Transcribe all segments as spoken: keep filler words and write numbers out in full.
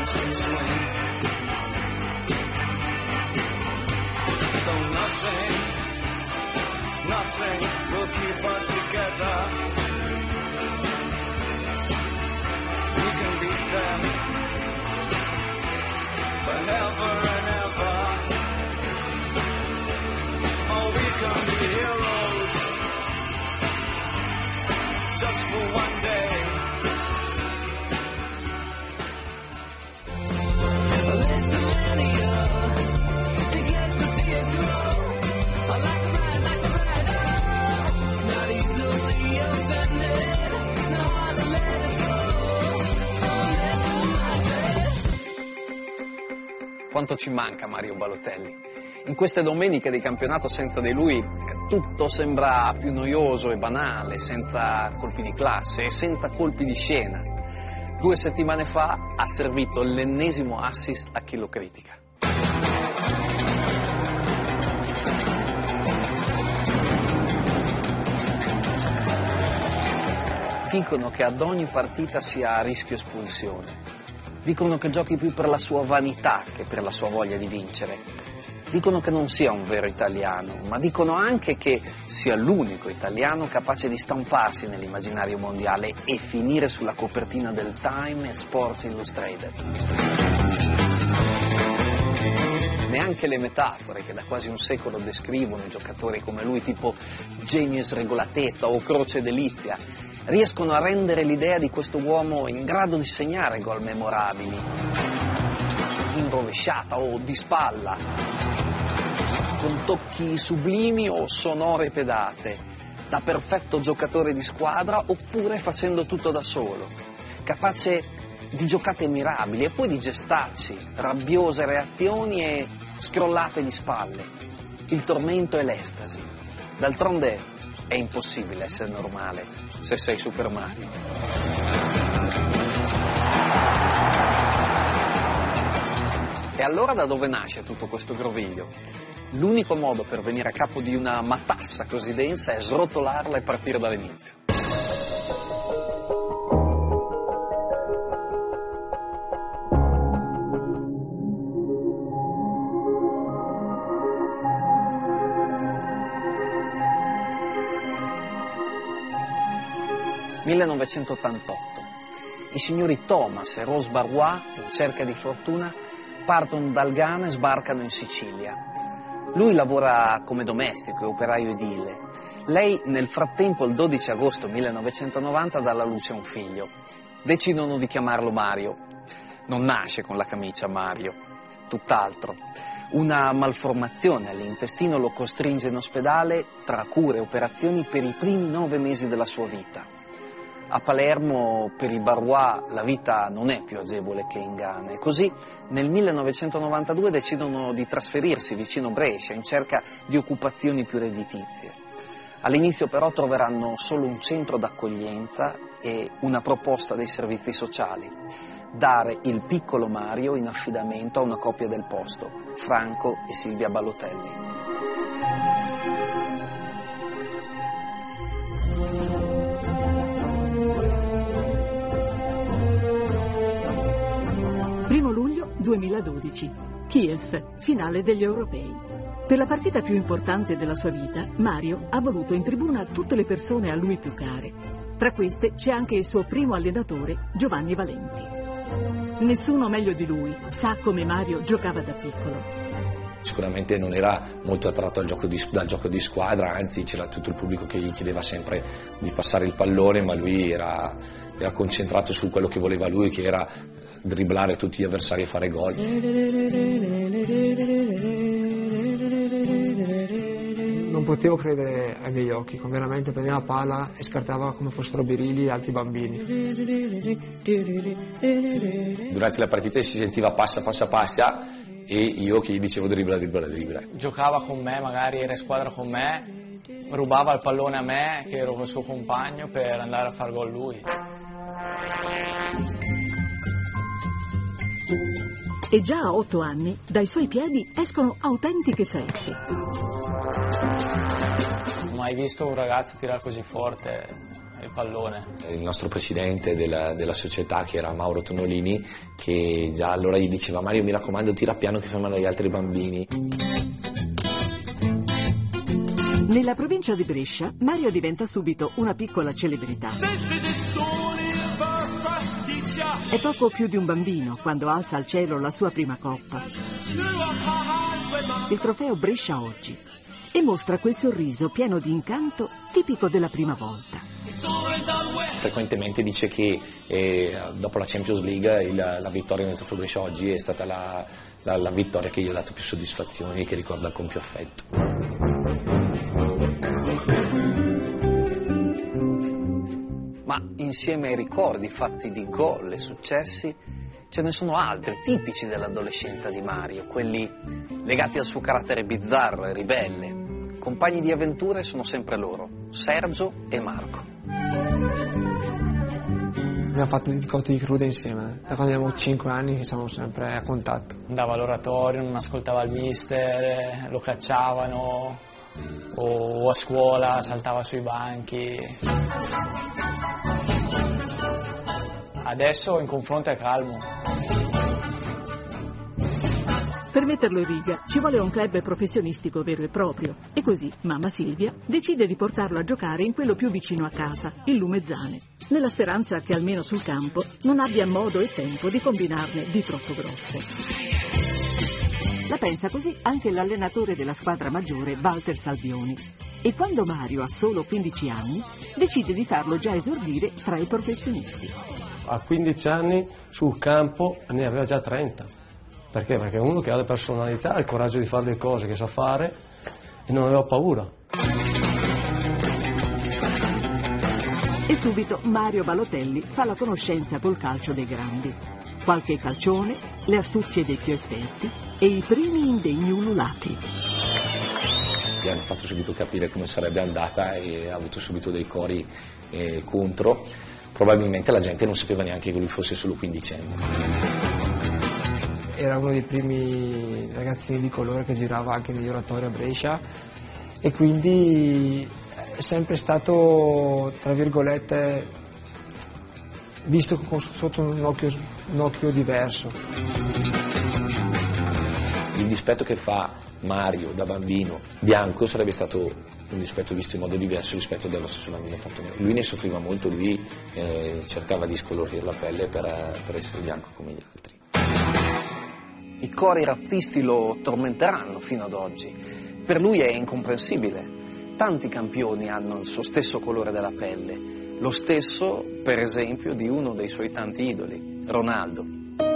hands can swing. Though nothing, nothing will keep us together. We can beat them forever and ever. Oh, we can be heroes just for one day. Quanto ci manca Mario Balotelli. In queste domeniche di campionato senza di lui tutto sembra più noioso e banale, senza colpi di classe e senza colpi di scena. Due settimane fa ha servito l'ennesimo assist a chi lo critica. Dicono che ad ogni partita sia a rischio espulsione. Dicono che giochi più per la sua vanità che per la sua voglia di vincere. Dicono che non sia un vero italiano, ma dicono anche che sia l'unico italiano capace di stamparsi nell'immaginario mondiale e finire sulla copertina del Time e Sports Illustrated. Neanche le metafore che da quasi un secolo descrivono i giocatori come lui, tipo genio e sregolatezza o croce delizia, riescono a rendere l'idea di questo uomo in grado di segnare gol memorabili, in rovesciata o di spalla, con tocchi sublimi o sonore pedate, da perfetto giocatore di squadra oppure facendo tutto da solo, capace di giocate mirabili e poi di gestacci, rabbiose reazioni e scrollate di spalle. Il tormento e l'estasi. D'altronde è impossibile essere normale se sei Super Mario. E allora da dove nasce tutto questo groviglio? L'unico modo per venire a capo di una matassa così densa è srotolarla e partire dall'inizio. millenovecentottantotto. I signori Thomas e Rose Barrois, in cerca di fortuna, partono dal Ghana e sbarcano in Sicilia. Lui lavora come domestico e operaio edile. Lei, nel frattempo, il dodici agosto millenovecentonovanta, dà alla luce un figlio. Decidono di chiamarlo Mario. Non nasce con la camicia Mario, tutt'altro. Una malformazione all'intestino lo costringe in ospedale tra cure e operazioni per i primi nove mesi della sua vita. A Palermo per i Barrois la vita non è più agevole che in Ghana e così nel millenovecentonovantadue decidono di trasferirsi vicino Brescia in cerca di occupazioni più redditizie. All'inizio però troveranno solo un centro d'accoglienza e una proposta dei servizi sociali: dare il piccolo Mario in affidamento a una coppia del posto, Franco e Silvia Balotelli. primo luglio duemiladodici, Kiev, finale degli europei. Per la partita più importante della sua vita, Mario ha voluto in tribuna tutte le persone a lui più care. Tra queste c'è anche il suo primo allenatore, Giovanni Valenti. Nessuno meglio di lui sa come Mario giocava da piccolo. Sicuramente non era molto attratto al gioco di, dal gioco di squadra, anzi c'era tutto il pubblico che gli chiedeva sempre di passare il pallone, ma lui era, era concentrato su quello che voleva lui, che era dribblare tutti gli avversari e fare gol. Non potevo credere ai miei occhi, come veramente prendeva la palla e scartava come fossero birili altri bambini. Durante la partita si sentiva passa, passa, passa e io che gli dicevo dribbla, dribbla, dribbla. Giocava con me, magari era in squadra con me, rubava il pallone a me, che ero il suo compagno, per andare a far gol lui. E già a otto anni dai suoi piedi escono autentiche sette. Non ho mai visto un ragazzo tirare così forte il pallone. Il nostro presidente della, della società, che era Mauro Tonolini, che già allora gli diceva: Mario, mi raccomando, tira piano che fermano gli altri bambini. Nella provincia di Brescia, Mario diventa subito una piccola celebrità. È poco più di un bambino quando alza al cielo la sua prima coppa, il trofeo Brescia Oggi, e mostra quel sorriso pieno di incanto tipico della prima volta. Frequentemente dice che eh, dopo la Champions League il, la vittoria nel trofeo Brescia Oggi è stata la, la, la vittoria che gli ha dato più soddisfazioni e che ricorda con più affetto. Ma insieme ai ricordi fatti di gol e successi, ce ne sono altri tipici dell'adolescenza di Mario, quelli legati al suo carattere bizzarro e ribelle. Compagni di avventure sono sempre loro, Sergio e Marco. Abbiamo fatto i cotti di crude insieme, da quando abbiamo cinque anni che siamo sempre a contatto. Andava all'oratorio, non ascoltava il mister, lo cacciavano, o a scuola saltava sui banchi. Adesso in confronto è calmo. Per metterlo in riga ci vuole un club professionistico vero e proprio, e così mamma Silvia decide di portarlo a giocare in quello più vicino a casa, il Lumezzane, nella speranza che almeno sul campo non abbia modo e tempo di combinarne di troppo grosse. La pensa così anche l'allenatore della squadra maggiore, Walter Salvioni, e quando Mario ha solo quindici anni decide di farlo già esordire tra i professionisti. A quindici anni sul campo ne aveva già trenta. Perché? Perché è uno che ha la personalità, il coraggio di fare le cose che sa fare e non aveva paura. E subito Mario Balotelli fa la conoscenza col calcio dei grandi. Qualche calcione, le astuzie dei più esperti e i primi indegni ululati. Gli hanno fatto subito capire come sarebbe andata e ha avuto subito dei cori eh, contro. Probabilmente la gente non sapeva neanche che lui fosse solo quindicenne. Era uno dei primi ragazzini di colore che girava anche negli oratori a Brescia e quindi è sempre stato, tra virgolette, visto sotto un occhio, un occhio diverso. Il dispetto che fa Mario da bambino bianco sarebbe stato un dispetto visto in modo diverso rispetto dello stesso bambino fatto nero. Lui ne soffriva molto, lui eh, cercava di scolorire la pelle per, per essere bianco come gli altri. I cori razzisti lo tormenteranno fino ad oggi. Per lui è incomprensibile. Tanti campioni hanno il suo stesso colore della pelle, lo stesso, per esempio, di uno dei suoi tanti idoli, Ronaldo.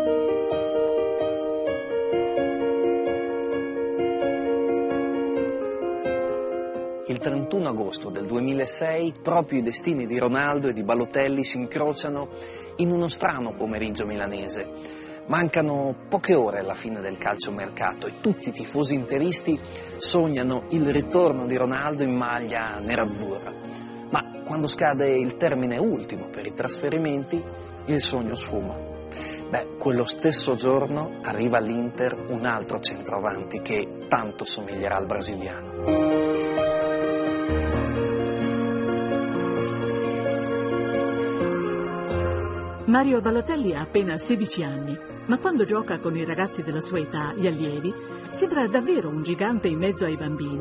Il trentuno agosto del duemilasei, proprio i destini di Ronaldo e di Balotelli si incrociano in uno strano pomeriggio milanese. Mancano poche ore alla fine del calciomercato e tutti i tifosi interisti sognano il ritorno di Ronaldo in maglia nerazzurra. Ma quando scade il termine ultimo per i trasferimenti, il sogno sfuma. Beh, quello stesso giorno arriva all'Inter un altro centravanti che tanto somiglierà al brasiliano. Mario Balotelli ha appena sedici anni, ma quando gioca con i ragazzi della sua età, gli allievi, sembra davvero un gigante in mezzo ai bambini.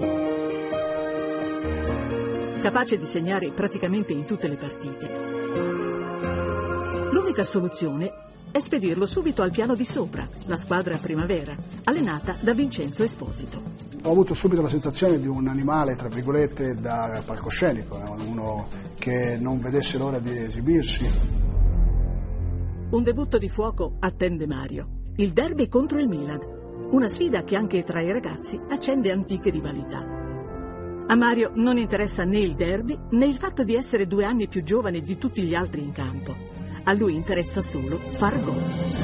Capace di segnare praticamente in tutte le partite. L'unica soluzione è spedirlo subito al piano di sopra, la squadra Primavera, allenata da Vincenzo Esposito. Ho avuto subito la sensazione di un animale, tra virgolette, da palcoscenico, uno che non vedesse l'ora di esibirsi. Un debutto di fuoco attende Mario, il derby contro il Milan, una sfida che anche tra i ragazzi accende antiche rivalità. A Mario non interessa né il derby né il fatto di essere due anni più giovane di tutti gli altri in campo. A lui interessa solo far gol.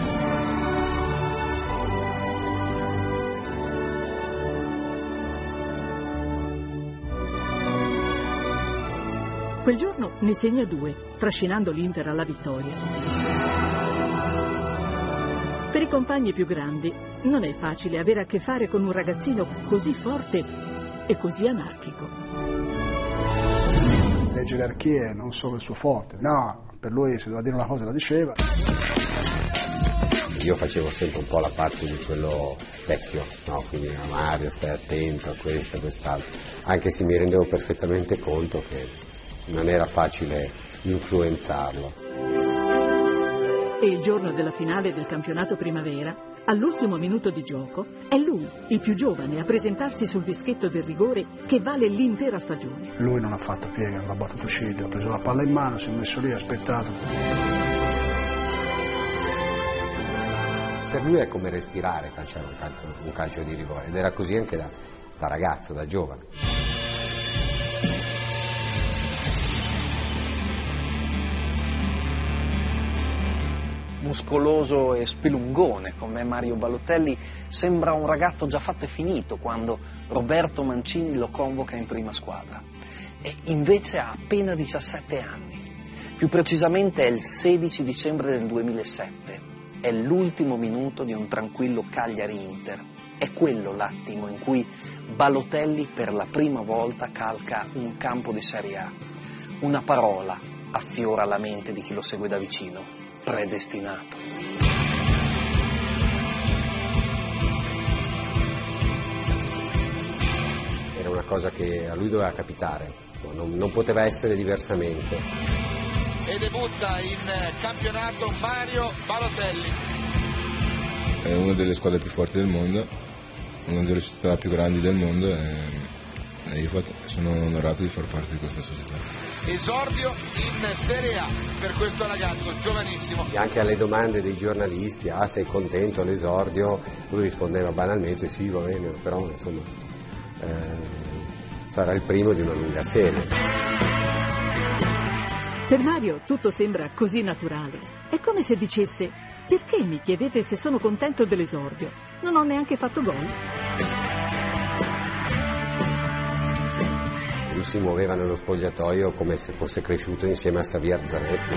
Quel giorno ne segna due, trascinando l'Inter alla vittoria. Per i compagni più grandi non è facile avere a che fare con un ragazzino così forte e così anarchico. le gerarchie non sono il suo forte. No, per lui se doveva dire una cosa la diceva. Io facevo sempre un po' la parte di quello vecchio, no? Quindi a Mario stai attento a questo e quest'altro, anche se mi rendevo perfettamente conto che non era facile influenzarlo. E il giorno della finale del campionato primavera, all'ultimo minuto di gioco, è lui, il più giovane, a presentarsi sul dischetto del rigore che vale l'intera stagione. Lui non ha fatto piega, non ha battuto ciglio, ha preso la palla in mano, si è messo lì, ha aspettato. Per lui è come respirare calciare un calcio, un calcio di rigore, ed era così anche da, da ragazzo, da giovane. Muscoloso e spilungone come Mario Balotelli, sembra un ragazzo già fatto e finito quando Roberto Mancini lo convoca in prima squadra. E invece ha appena diciassette anni. Più precisamente è il sedici dicembre del duemilasette. È l'ultimo minuto di un tranquillo Cagliari-Inter. È quello l'attimo in cui Balotelli per la prima volta calca un campo di Serie A. Una parola affiora la mente di chi lo segue da vicino: predestinato. Era una cosa che a lui doveva capitare, non, non poteva essere diversamente. E debutta in campionato Mario Balotelli. È una delle squadre più forti del mondo, una delle società più grandi del mondo e, e io sono onorato di far parte di questa società. Esordio in Serie A per questo ragazzo giovanissimo. E anche alle domande dei giornalisti: ah, sei contento all'esordio? Lui rispondeva banalmente: sì, va bene, però insomma eh, sarà il primo di una lunga serie. Per Mario tutto sembra così naturale. È come se dicesse: perché mi chiedete se sono contento dell'esordio? Non ho neanche fatto gol. Lui si muoveva nello spogliatoio come se fosse cresciuto insieme a Xavier Zanetti.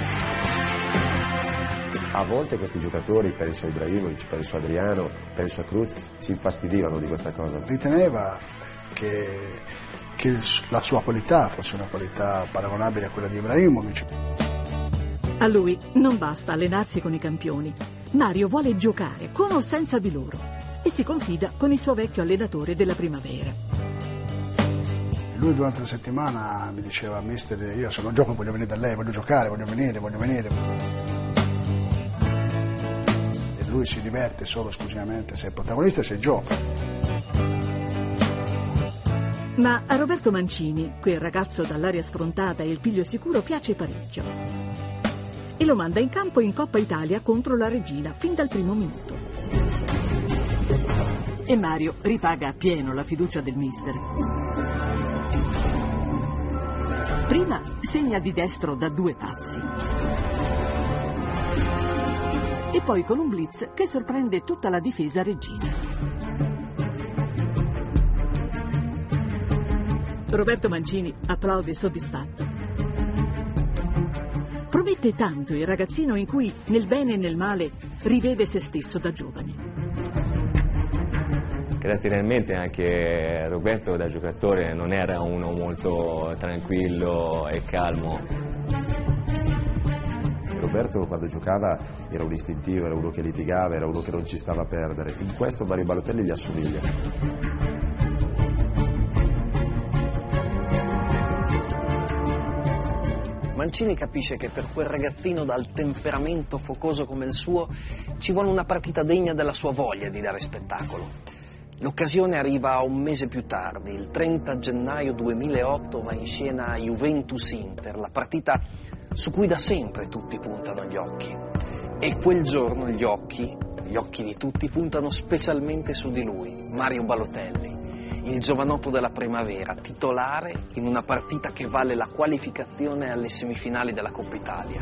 A volte questi giocatori, penso a Ibrahimovic, penso a Adriano, penso a Cruz, si infastidivano di questa cosa. Riteneva che che la sua qualità fosse una qualità paragonabile a quella di Ibrahimovic. A lui non basta allenarsi con i campioni. Mario vuole giocare con o senza di loro e si confida con il suo vecchio allenatore della primavera. Lui durante la settimana mi diceva: mister, io se non gioco voglio venire da lei, voglio giocare, voglio venire, voglio venire. E lui si diverte solo esclusivamente se è protagonista e se gioca. Ma a Roberto Mancini, quel ragazzo dall'aria sfrontata e il piglio sicuro, piace parecchio. E lo manda in campo in Coppa Italia contro la Regina, fin dal primo minuto. E Mario ripaga appieno la fiducia del mister. Prima segna di destro da due passi. E poi con un blitz che sorprende tutta la difesa reggina. Roberto Mancini applaude soddisfatto. Promette tanto il ragazzino in cui, nel bene e nel male, rivede se stesso da giovane. Caratterialmente anche Roberto da giocatore non era uno molto tranquillo e calmo. Roberto quando giocava era un istintivo, era uno che litigava, era uno che non ci stava a perdere. In questo Mario Balotelli gli assomiglia. Mancini capisce che per quel ragazzino dal temperamento focoso come il suo ci vuole una partita degna della sua voglia di dare spettacolo. L'occasione arriva un mese più tardi, il trenta gennaio duemilaotto va in scena Juventus-Inter, la partita su cui da sempre tutti puntano gli occhi. E quel giorno gli occhi, gli occhi di tutti puntano specialmente su di lui, Mario Balotelli. Il giovanotto della primavera, titolare in una partita che vale la qualificazione alle semifinali della Coppa Italia.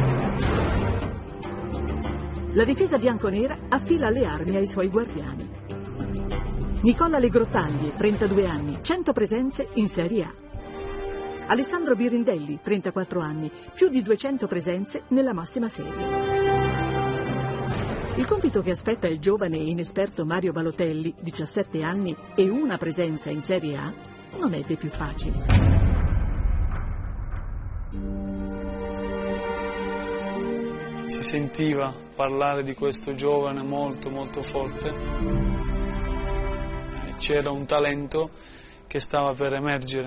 La difesa bianconera affila le armi ai suoi guardiani. Nicola Legrottaglie, trentadue anni, cento presenze in Serie A. Alessandro Birindelli, trentaquattro anni, più di duecento presenze nella massima serie. Il compito che aspetta il giovane e inesperto Mario Balotelli, diciassette anni e una presenza in Serie A, non è dei più facili. si sentiva parlare di questo giovane molto molto forte, c'era un talento che stava per emergere.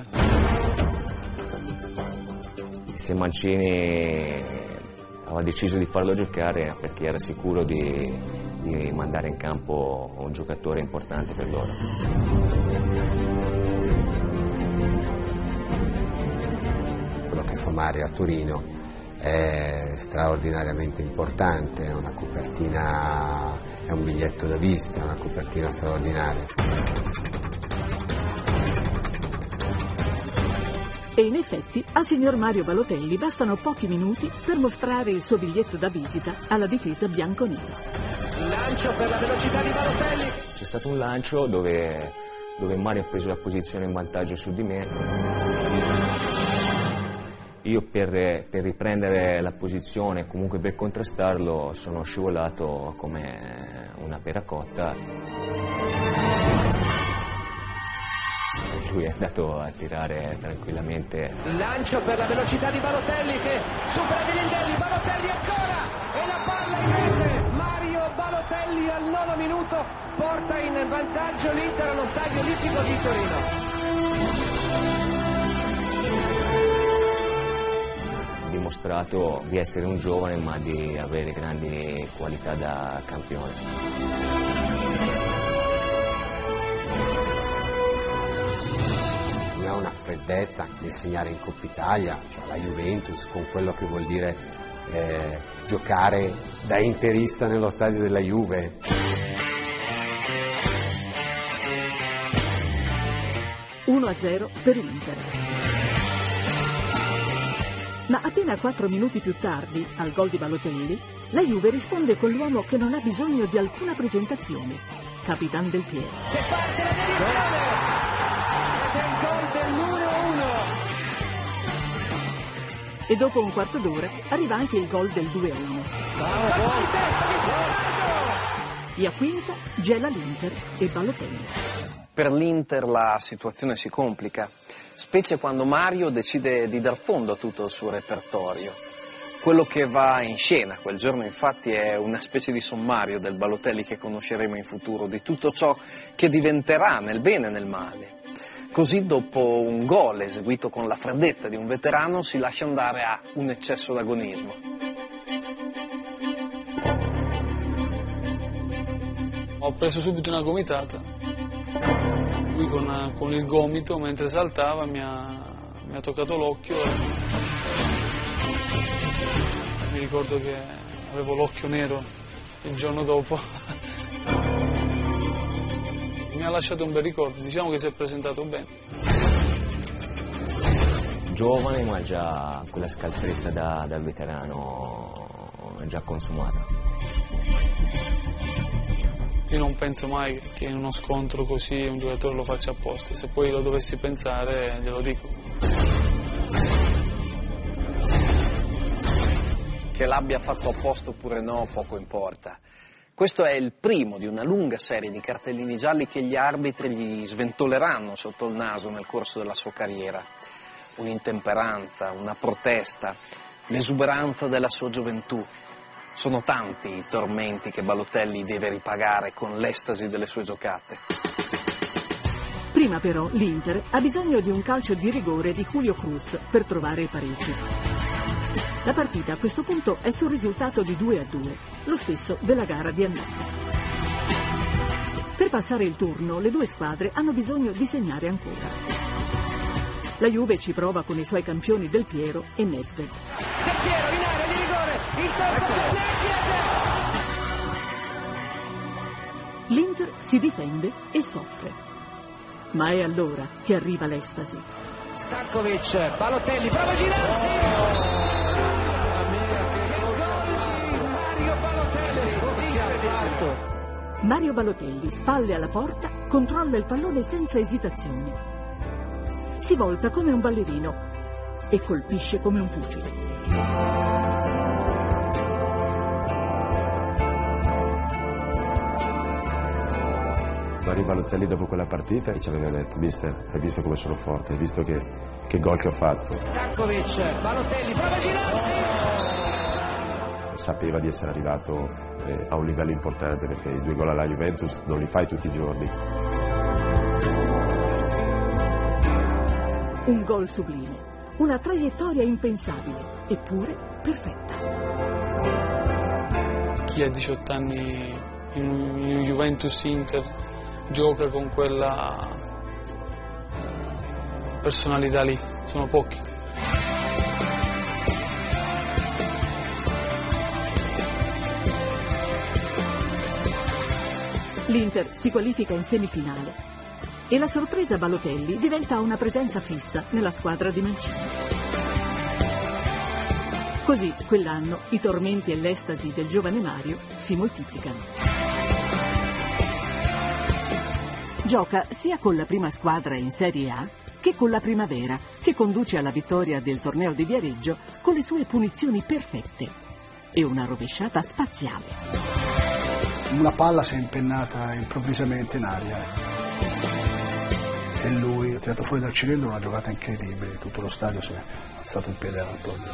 Se Mancini aveva deciso di farlo giocare perché era sicuro di, di mandare in campo un giocatore importante per loro. Quello che fa Mario a Torino è straordinariamente importante, è una copertina, è un biglietto da visita, è una copertina straordinaria. E in effetti al signor Mario Balotelli bastano pochi minuti per mostrare il suo biglietto da visita alla difesa bianconera. Lancio per la velocità di Balotelli. C'è stato un lancio dove, dove Mario ha preso la posizione in vantaggio su di me. Io per, per riprendere la posizione e comunque per contrastarlo sono scivolato come una pera cotta. Lui è andato a tirare tranquillamente. Lancio per la velocità di Balotelli che supera Birindelli, Balotelli ancora e la palla in rete. Mario Balotelli al nono minuto porta in vantaggio l'Inter allo Stadio Olimpico di Torino. Ha dimostrato di essere un giovane ma di avere grandi qualità da campione. Ha una freddezza nel segnare in Coppa Italia, cioè la Juventus, con quello che vuol dire eh, giocare da interista nello stadio della Juve. uno a zero per l'Inter. Ma appena quattro minuti più tardi, al gol di Balotelli, la Juve risponde con l'uomo che non ha bisogno di alcuna presentazione, Capitan Del Piero. Che parte la dedizione! E dopo un quarto d'ora arriva anche il gol del due a uno. E a quinta gela l'Inter e Balotelli. Per l'Inter la situazione si complica, specie quando Mario decide di dar fondo a tutto il suo repertorio. Quello che va in scena quel giorno infatti è una specie di sommario del Balotelli che conosceremo in futuro, di tutto ciò che diventerà nel bene e nel male. Così dopo un gol eseguito con la freddezza di un veterano si lascia andare a un eccesso d'agonismo. Ho preso subito una gomitata, lui con, con il gomito mentre saltava mi ha, mi ha toccato l'occhio e mi ricordo che avevo l'occhio nero il giorno dopo. Mi ha lasciato un bel ricordo, diciamo che si è presentato bene. Giovane ma già quella scaltrezza da, da veterano già consumata. Io non penso mai che in uno scontro così un giocatore lo faccia apposta, se poi lo dovessi pensare glielo dico. Che l'abbia fatto apposta oppure no, poco importa. Questo è il primo di una lunga serie di cartellini gialli che gli arbitri gli sventoleranno sotto il naso nel corso della sua carriera. Un'intemperanza, una protesta, l'esuberanza della sua gioventù. Sono tanti i tormenti che Balotelli deve ripagare con l'estasi delle sue giocate. Prima però l'Inter ha bisogno di un calcio di rigore di Julio Cruz per trovare il pareggio. La partita a questo punto è sul risultato di due a due, lo stesso della gara di andata. Per passare il turno, le due squadre hanno bisogno di segnare ancora. La Juve ci prova con i suoi campioni Del Piero e Nedved. Del Piero in area di rigore, il colpo per Nedved! L'Inter si difende e soffre. Ma è allora che arriva l'estasi. Stankovic, Balotelli, prova a girarsi! Oh! Mario Balotelli, spalle alla porta, controlla il pallone senza esitazioni. Si volta come un ballerino e colpisce come un pugile. Mario Balotelli dopo quella partita ci aveva detto: mister, hai visto come sono forte, hai visto che, che gol che ho fatto. Stankovic, Balotelli, prova a girarsi! sapeva di essere arrivato eh, a un livello importante, perché i due gol alla Juventus non li fai tutti i giorni. Un gol sublime, una traiettoria impensabile, eppure perfetta. Chi ha diciotto anni in, in Juventus Inter gioca con quella eh, personalità lì, sono pochi. L'Inter si qualifica in semifinale e la sorpresa Balotelli diventa una presenza fissa nella squadra di Mancini. Così, quell'anno, i tormenti e l'estasi del giovane Mario si moltiplicano. Gioca sia con la prima squadra in Serie A che con la Primavera, che conduce alla vittoria del torneo di Viareggio con le sue punizioni perfette e una rovesciata spaziale. Una palla si è impennata improvvisamente in aria e lui ha tirato fuori dal cilindro una giocata incredibile, tutto lo stadio si è alzato in piedi all'applauso.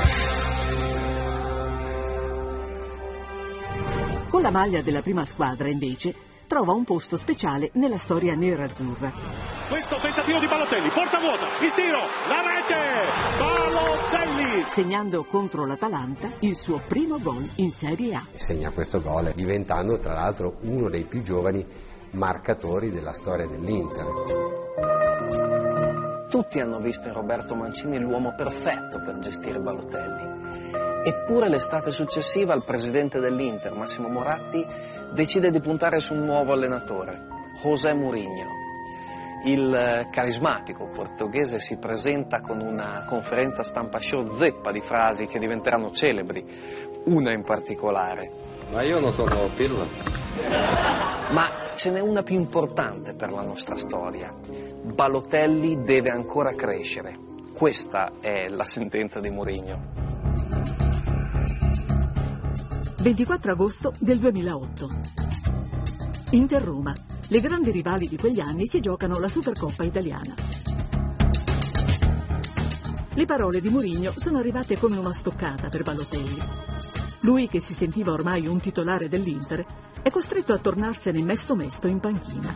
Con la maglia della prima squadra, invece, trova un posto speciale nella storia nerazzurra. Questo tentativo di Balotelli, porta vuota, il tiro, la rete, Balotelli! Segnando contro l'Atalanta il suo primo gol in Serie A. Segna questo gol, diventando tra l'altro uno dei più giovani marcatori della storia dell'Inter. Tutti hanno visto in Roberto Mancini l'uomo perfetto per gestire Balotelli. Eppure l'estate successiva il presidente dell'Inter, Massimo Moratti, decide di puntare su un nuovo allenatore, José Mourinho. Il carismatico portoghese si presenta con una conferenza stampa show zeppa di frasi che diventeranno celebri, una in particolare. Ma io non sono Pirlo. Ma ce n'è una più importante per la nostra storia. Balotelli deve ancora crescere. Questa è la sentenza di Mourinho. ventiquattro agosto del duemilaotto. Inter-Roma. Le grandi rivali di quegli anni si giocano la Supercoppa italiana. Le parole di Mourinho sono arrivate come una stoccata per Balotelli. Lui, che si sentiva ormai un titolare dell'Inter, è costretto a tornarsene mesto mesto in panchina.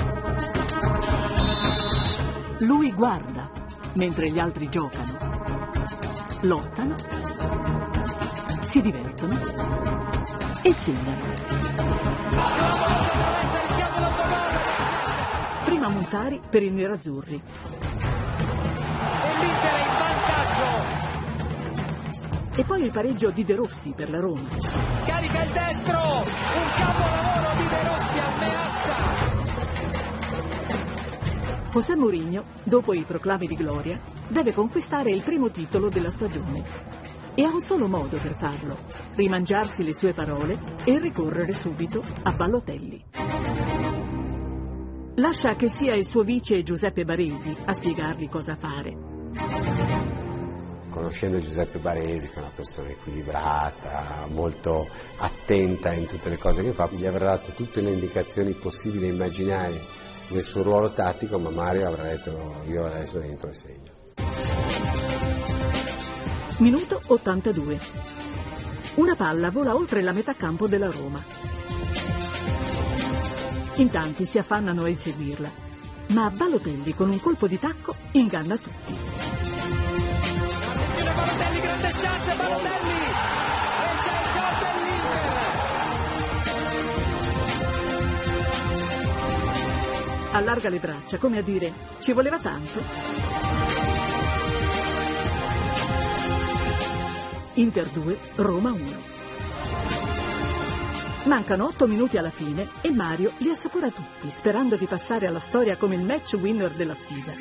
Lui guarda, mentre gli altri giocano, lottano, si divertono e segnano. Prima Montari per i nerazzurri. E l'Inter è in vantaggio. E poi il pareggio di De Rossi per la Roma. Carica il destro, un capolavoro di De Rossi al Meazza. José Mourinho, dopo i proclami di gloria, deve conquistare il primo titolo della stagione. E ha un solo modo per farlo: rimangiarsi le sue parole e ricorrere subito a Balotelli. Lascia che sia il suo vice Giuseppe Baresi a spiegargli cosa fare. Conoscendo Giuseppe Baresi, che è una persona equilibrata, molto attenta in tutte le cose che fa, gli avrà dato tutte le indicazioni possibili e immaginarie del suo ruolo tattico, ma Mario avrà detto: io adesso entro e segno. Minuto ottantadue. Una palla vola oltre la metà campo della Roma. In tanti si affannano a inseguirla, ma Balotelli con un colpo di tacco inganna tutti. Attenzione Balotelli, grande chance, Balotelli! E c'è il gol dell'Inter! Allarga le braccia come a dire: ci voleva tanto. Inter due, Roma uno. Mancano otto minuti alla fine e Mario li assapora tutti, sperando di passare alla storia come il match winner della sfida.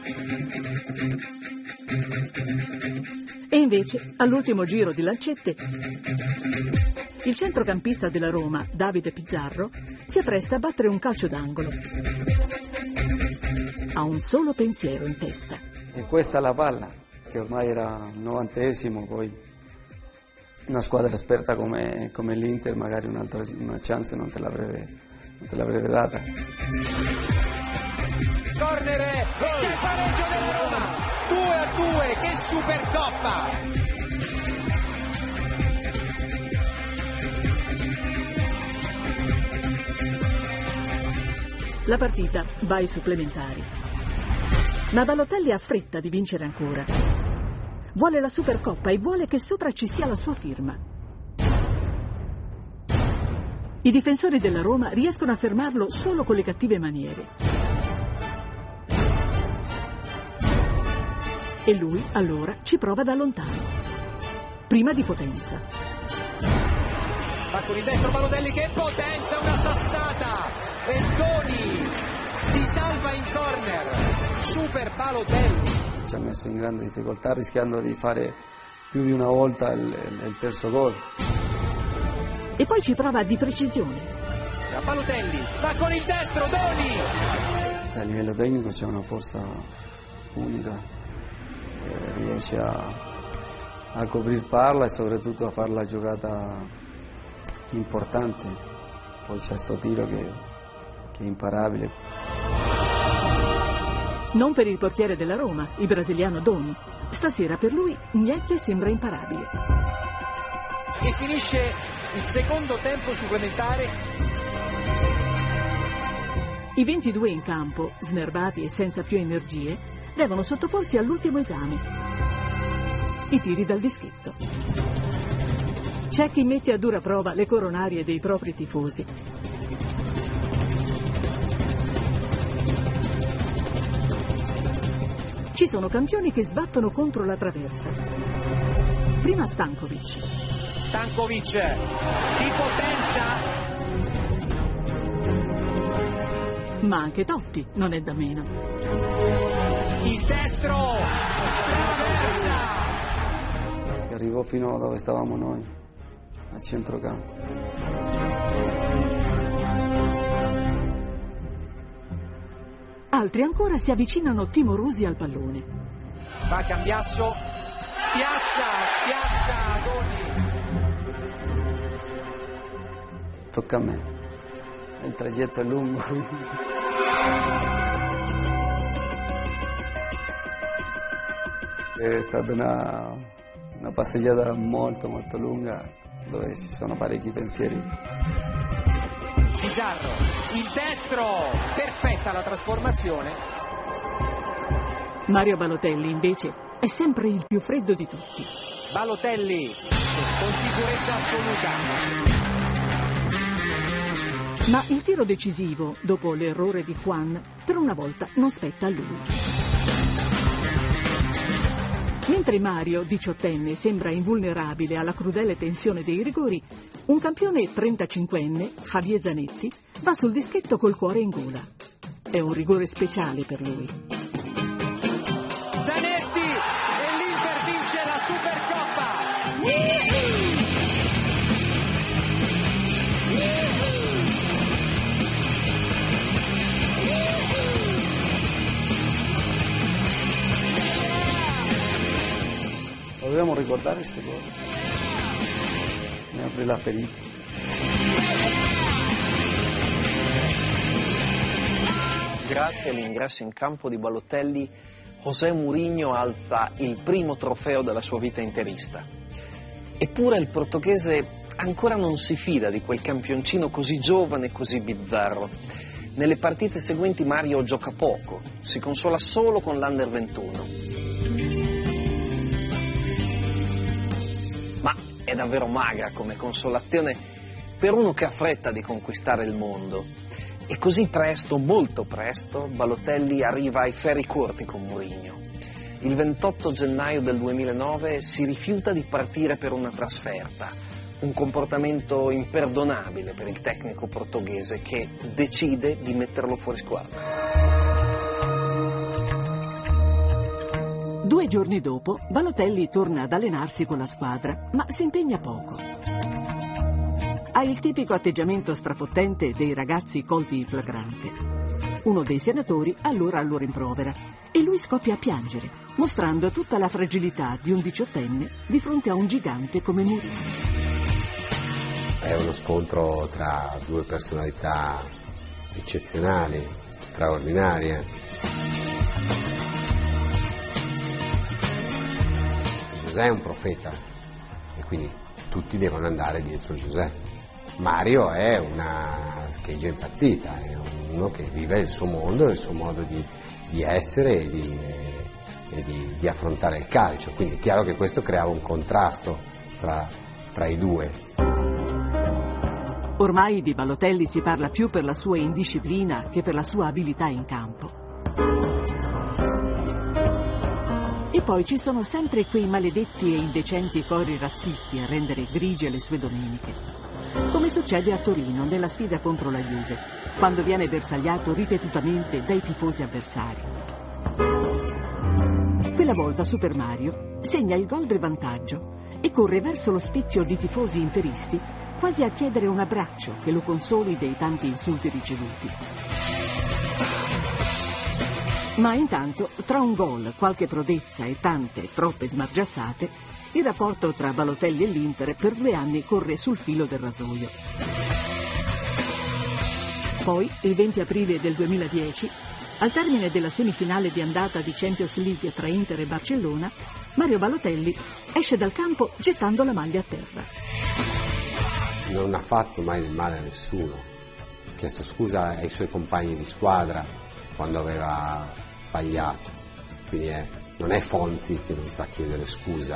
E invece, all'ultimo giro di lancette, il centrocampista della Roma, Davide Pizzarro, si appresta a battere un calcio d'angolo. Ha un solo pensiero in testa. E questa è la palla, che ormai era il novantesimo, poi una squadra esperta come, come l'Inter magari un'altra una chance non te l'avrebbe, non te l'avrebbe data. Corner, e c'è il pareggio della Roma, due a due, che Supercoppa! La partita va ai supplementari. Ma Balotelli ha fretta di vincere ancora. Vuole la Supercoppa e vuole che sopra ci sia la sua firma. I difensori della Roma riescono a fermarlo solo con le cattive maniere. E lui, allora, ci prova da lontano. Prima di potenza. Va con il destro Balotelli, che potenza, una sassata! E Doni si salva in corner. Super Balotelli. Ci ha messo in grande difficoltà rischiando di fare più di una volta il, il terzo gol. E poi ci prova di precisione. Da Balotelli, va con il destro, Doni! A livello tecnico c'è una forza unica, eh, riesce a, a coprir palla e soprattutto a fare la giocata importante. Poi c'è questo tiro che, che è imparabile. Non per il portiere della Roma, il brasiliano Doni. Stasera per lui niente sembra imparabile. E finisce il secondo tempo supplementare. I ventidue in campo, snervati e senza più energie, devono sottoporsi all'ultimo esame. I tiri dal dischetto. C'è chi mette a dura prova le coronarie dei propri tifosi. Ci sono campioni che sbattono contro la traversa. Prima Stankovic. Stankovic di potenza. Ma anche Totti non è da meno. Il destro traversa. Che arrivò fino a dove stavamo noi, a centrocampo. Altri ancora si avvicinano timorosi al pallone. Va Cambiasso, spiazza, spiazza Doni. Tocca a me. Il tragitto è lungo. È stata una, una passeggiata molto molto lunga dove ci sono parecchi pensieri. Pizarro, il destro, perfetta la trasformazione. Mario Balotelli invece è sempre il più freddo di tutti. Balotelli con sicurezza assoluta. Ma il tiro decisivo, dopo l'errore di Juan, per una volta non spetta a lui. Mentre Mario, diciottenne, sembra invulnerabile alla crudele tensione dei rigori, un campione trentacinquenne, Javier Zanetti, va sul dischetto col cuore in gola. È un rigore speciale per lui. Zanetti e l'Inter vince la Supercoppa! Dobbiamo ricordare queste cose. Mi apre la ferita. Grazie all'ingresso in campo di Balotelli, José Mourinho alza il primo trofeo della sua vita interista. Eppure il portoghese ancora non si fida di quel campioncino così giovane e così bizzarro. Nelle partite seguenti Mario gioca poco, si consola solo con l'Under ventuno. Ma è davvero magra come consolazione per uno che ha fretta di conquistare il mondo. E così presto, molto presto, Balotelli arriva ai ferri corti con Mourinho. Il ventotto gennaio del duemilanove si rifiuta di partire per una trasferta, un comportamento imperdonabile per il tecnico portoghese che decide di metterlo fuori squadra. Due giorni dopo, Balotelli torna ad allenarsi con la squadra, ma si impegna poco. Ha il tipico atteggiamento strafottente dei ragazzi colti in flagrante. Uno dei senatori allora lo rimprovera e lui scoppia a piangere, mostrando tutta la fragilità di un diciottenne di fronte a un gigante come Mourinho. È uno scontro tra due personalità eccezionali, straordinarie. José è un profeta e quindi tutti devono andare dietro José. Mario è una scheggia impazzita, è uno che vive il suo mondo, il suo modo di, di essere e, di, e di, di affrontare il calcio, quindi è chiaro che questo creava un contrasto tra, tra i due. Ormai di Balotelli si parla più per la sua indisciplina che per la sua abilità in campo. E poi ci sono sempre quei maledetti e indecenti cori razzisti a rendere grigie le sue domeniche. Come succede a Torino nella sfida contro la Juve, quando viene bersagliato ripetutamente dai tifosi avversari. Quella volta Super Mario segna il gol del vantaggio e corre verso lo specchio di tifosi interisti, quasi a chiedere un abbraccio che lo consoli dei tanti insulti ricevuti. Ma intanto, tra un gol, qualche prodezza e tante, troppe smargiassate, il rapporto tra Balotelli e l'Inter per due anni corre sul filo del rasoio. Poi, il venti aprile del duemiladieci, al termine della semifinale di andata di Champions League tra Inter e Barcellona, Mario Balotelli esce dal campo gettando la maglia a terra. Non ha fatto mai del male a nessuno, ha chiesto scusa ai suoi compagni di squadra quando aveva sbagliato, quindi è, non è Fonzi che non sa chiedere scusa.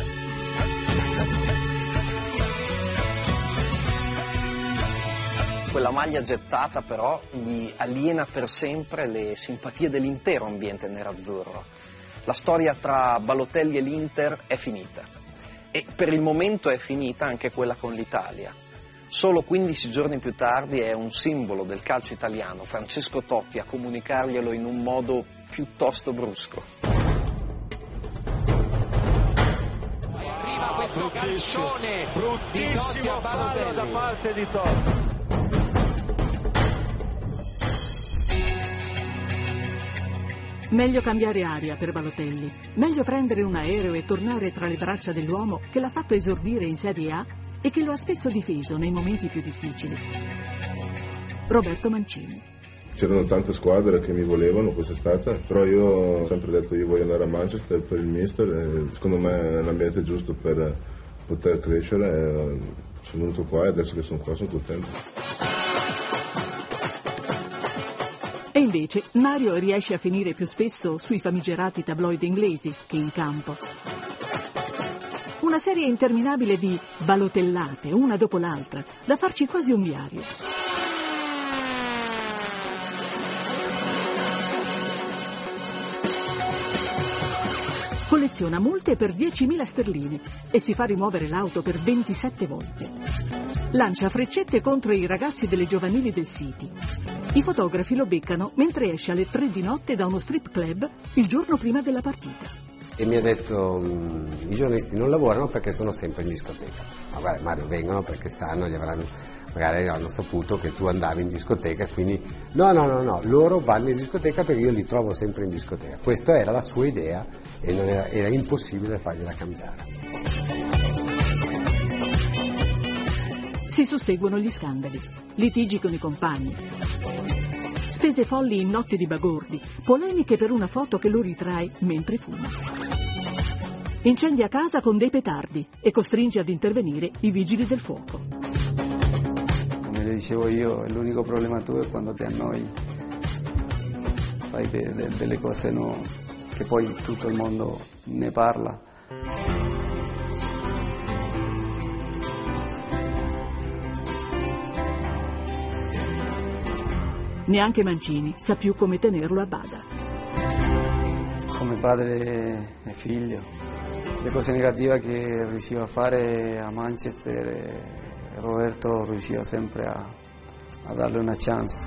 Quella maglia gettata però gli aliena per sempre le simpatie dell'intero ambiente nerazzurro. La storia tra Balotelli e l'Inter è finita e per il momento è finita anche quella con l'Italia. Solo quindici giorni più tardi è un simbolo del calcio italiano, Francesco Totti, a comunicarglielo in un modo piuttosto brusco. Arriva questo calcione bruttissimo fallo da parte di Totti. Meglio cambiare aria per Balotelli, meglio prendere un aereo e tornare tra le braccia dell'uomo che l'ha fatto esordire in Serie A e che lo ha spesso difeso nei momenti più difficili. Roberto Mancini. C'erano tante squadre che mi volevano quest'estate, però io ho sempre detto io voglio andare a Manchester per il mister e secondo me è l'ambiente giusto per poter crescere. E sono venuto qua e adesso che sono qua sono contento. E invece Mario riesce a finire più spesso sui famigerati tabloid inglesi che in campo. Una serie interminabile di balotellate, una dopo l'altra, da farci quasi un diario. Colleziona multe per diecimila sterline e si fa rimuovere l'auto per ventisette volte. Lancia freccette contro i ragazzi delle giovanili del City. I fotografi lo beccano mentre esce alle tre di notte da uno strip club il giorno prima della partita. E mi ha detto i giornalisti non lavorano perché sono sempre in discoteca. Ma guarda Mario, vengono perché sanno, gli avranno, magari hanno saputo che tu andavi in discoteca, quindi no no no no, loro vanno in discoteca perché io li trovo sempre in discoteca. Questa era la sua idea e non era, era impossibile fargliela cambiare. Si susseguono gli scandali, litigi con i compagni, spese folli in notti di bagordi, polemiche per una foto che lo ritrae mentre fuma. Incendia casa con dei petardi e costringe ad intervenire i vigili del fuoco. Come le dicevo io, l'unico problema tuo è quando ti annoi, fai de- de- delle cose no, che poi tutto il mondo ne parla. Neanche Mancini sa più come tenerlo a bada. Come padre e figlio, le cose negative che riusciva a fare a Manchester, Roberto riusciva sempre a, a darle una chance.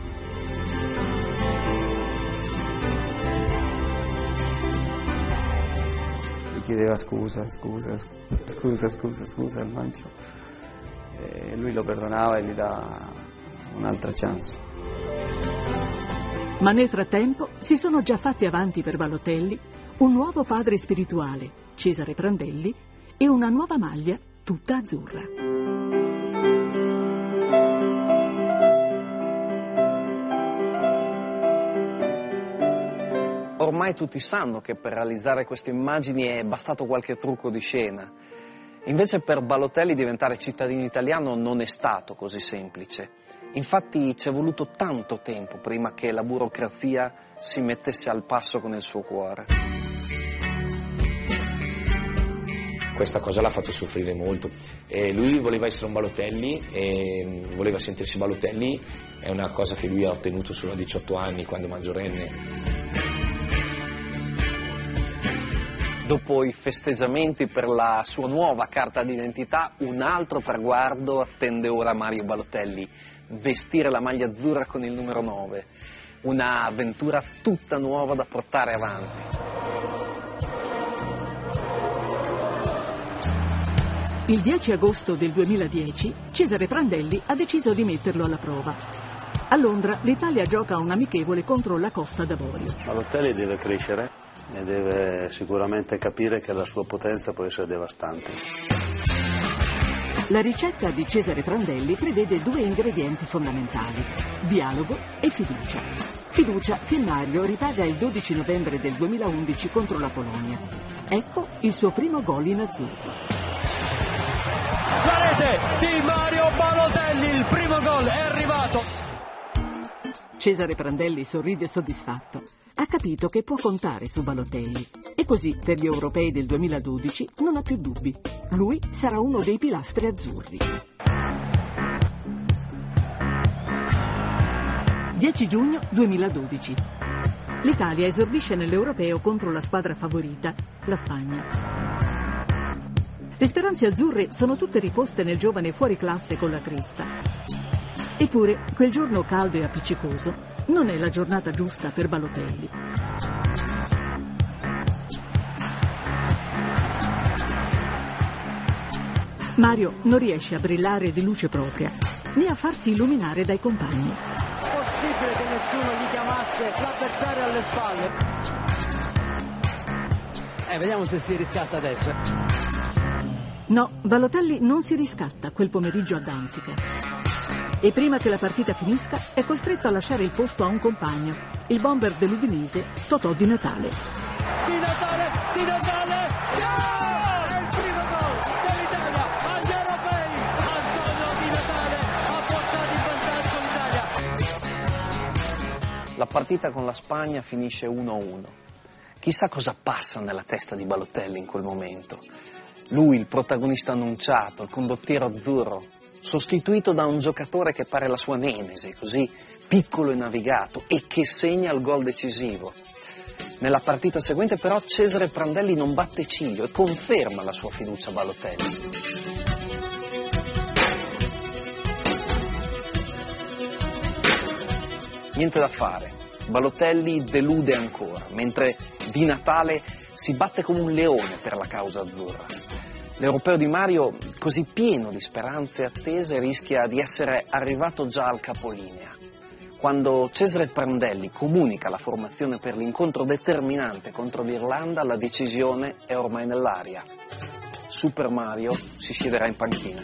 Gli chiedeva scusa, scusa, scusa, scusa, scusa al Mancio. E lui lo perdonava e gli dà un'altra chance. Ma nel frattempo si sono già fatti avanti per Balotelli un nuovo padre spirituale, Cesare Prandelli, e una nuova maglia tutta azzurra. Ormai tutti sanno che per realizzare queste immagini è bastato qualche trucco di scena. Invece per Balotelli diventare cittadino italiano non è stato così semplice. Infatti ci è voluto tanto tempo prima che la burocrazia si mettesse al passo con il suo cuore. Questa cosa l'ha fatto soffrire molto. E lui voleva essere un Balotelli, e voleva sentirsi Balotelli, è una cosa che lui ha ottenuto solo a diciotto anni, quando maggiorenne. Dopo i festeggiamenti per la sua nuova carta d'identità, un altro traguardo attende ora Mario Balotelli: vestire la maglia azzurra con il numero nove. Un'avventura tutta nuova da portare avanti. Il dieci agosto del duemiladieci Cesare Prandelli ha deciso di metterlo alla prova. A Londra l'Italia gioca un amichevole contro la Costa d'Avorio. Balotelli deve crescere e deve sicuramente capire che la sua potenza può essere devastante. La ricetta di Cesare Prandelli prevede due ingredienti fondamentali: dialogo e fiducia. Fiducia che Mario ripaga il dodici novembre del duemilaundici contro la Polonia. Ecco il suo primo gol in azzurro. La rete di Mario Balotelli, il primo gol è arrivato. Cesare Prandelli sorride soddisfatto. Ha capito che può contare su Balotelli e così per gli europei del duemiladodici non ha più dubbi. Lui sarà uno dei pilastri azzurri. dieci giugno duemiladodici. L'Italia esordisce nell'europeo contro la squadra favorita, la Spagna. Le speranze azzurre sono tutte riposte nel giovane fuoriclasse con la cresta. Eppure, quel giorno caldo e appiccicoso non è la giornata giusta per Balotelli. Mario non riesce a brillare di luce propria, né a farsi illuminare dai compagni. È possibile che nessuno gli chiamasse l'avversario alle spalle? Eh, vediamo se si riscatta adesso. No, Balotelli non si riscatta quel pomeriggio a Danzica. E prima che la partita finisca è costretto a lasciare il posto a un compagno, il bomber dell'Udinese, Totò Di Natale. Di Natale, Di Natale, yeah! È il primo gol dell'Italia agli europei. Antonio Di Natale ha portato in vantaggio l'Italia. La partita con la Spagna finisce uno a uno. Chissà cosa passa nella testa di Balotelli in quel momento. Lui, il protagonista annunciato, il condottiero azzurro, sostituito da un giocatore che pare la sua nemesi, così piccolo e navigato, e che segna il gol decisivo. Nella partita seguente però Cesare Prandelli non batte ciglio e conferma la sua fiducia a Balotelli. Niente da fare, Balotelli delude ancora, mentre Di Natale si batte come un leone per la causa azzurra. L'europeo di Mario, così pieno di speranze e attese, rischia di essere arrivato già al capolinea. Quando Cesare Prandelli comunica la formazione per l'incontro determinante contro l'Irlanda, la decisione è ormai nell'aria. Super Mario si siederà in panchina.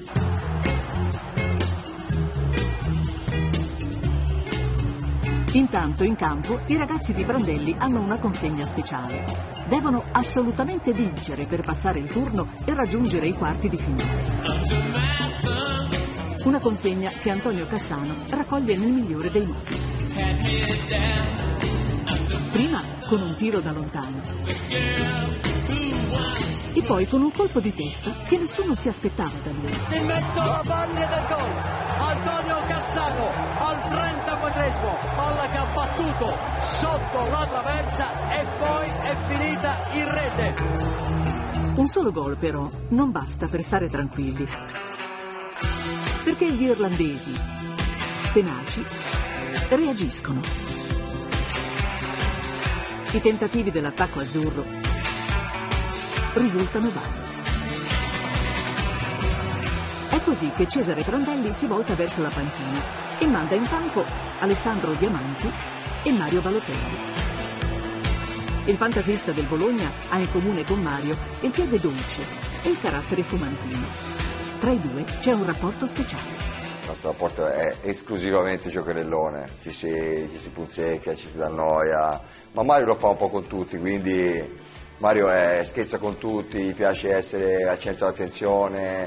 Intanto in campo i ragazzi di Prandelli hanno una consegna speciale. Devono assolutamente vincere per passare il turno e raggiungere i quarti di finale. Una consegna che Antonio Cassano raccoglie nel migliore dei modi. Prima con un tiro da lontano e poi con un colpo di testa che nessuno si aspettava da lui. In mezzo alla maglia del gol, Antonio Cassano al trentaquattresimo, palla che ha battuto sotto la traversa e poi è finita in rete. Un solo gol però non basta per stare tranquilli, perché gli irlandesi, tenaci, reagiscono. I tentativi dell'attacco azzurro risultano vani. È così che Cesare Prandelli si volta verso la panchina e manda in campo Alessandro Diamanti e Mario Balotelli. Il fantasista del Bologna ha in comune con Mario il piede dolce e il carattere fumantino. Tra i due c'è un rapporto speciale. Il nostro rapporto è esclusivamente giocherellone, ci si, ci si punzecchia, ci si dà noia, ma Mario lo fa un po' con tutti, quindi Mario è, scherza con tutti, gli piace essere al centro dell'attenzione.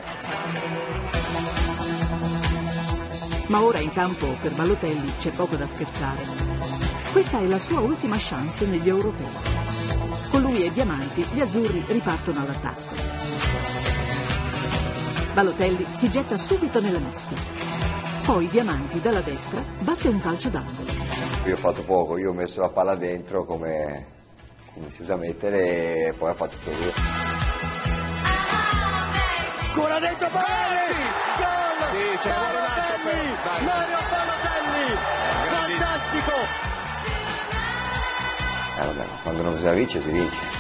Ma ora in campo per Balotelli c'è poco da scherzare. Questa è la sua ultima chance negli europei. Con lui e Diamanti gli azzurri ripartono all'attacco. Balotelli si getta subito nella mischia. Poi Diamanti dalla destra batte un calcio d'angolo. Io ho fatto poco, io ho messo la palla dentro come, come si usa mettere e poi ha fatto tutto lui. Ancora dentro Balotelli! Gol! Sì, c'è Balotelli! Mario Balotelli! Fantastico! Eh vabbè, quando non si vince, si vince.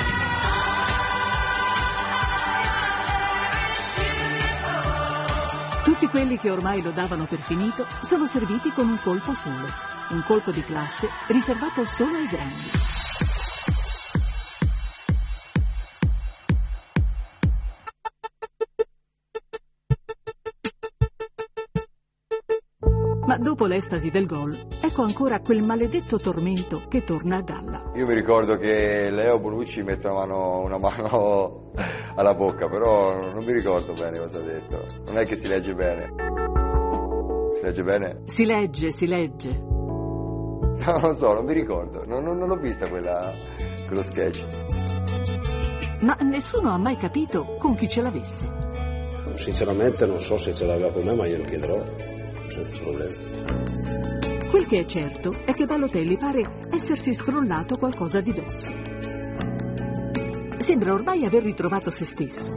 Tutti quelli che ormai lo davano per finito sono serviti con un colpo solo, un colpo di classe riservato solo ai grandi. Ma dopo l'estasi del gol, ecco ancora quel maledetto tormento che torna a galla. Io mi ricordo che Leo Bonucci mette una mano, una mano alla bocca, però non mi ricordo bene cosa ha detto. Non è che si legge bene. Si legge bene? Si legge, si legge. No, non lo so, non mi ricordo. Non, non, non l'ho vista quella, quello sketch. Ma nessuno ha mai capito con chi ce l'avesse. Sinceramente non so se ce l'aveva con me, ma glielo chiederò. Senza problemi. Quel che è certo è che Balotelli pare essersi scrollato qualcosa di dosso. Sembra ormai aver ritrovato se stesso.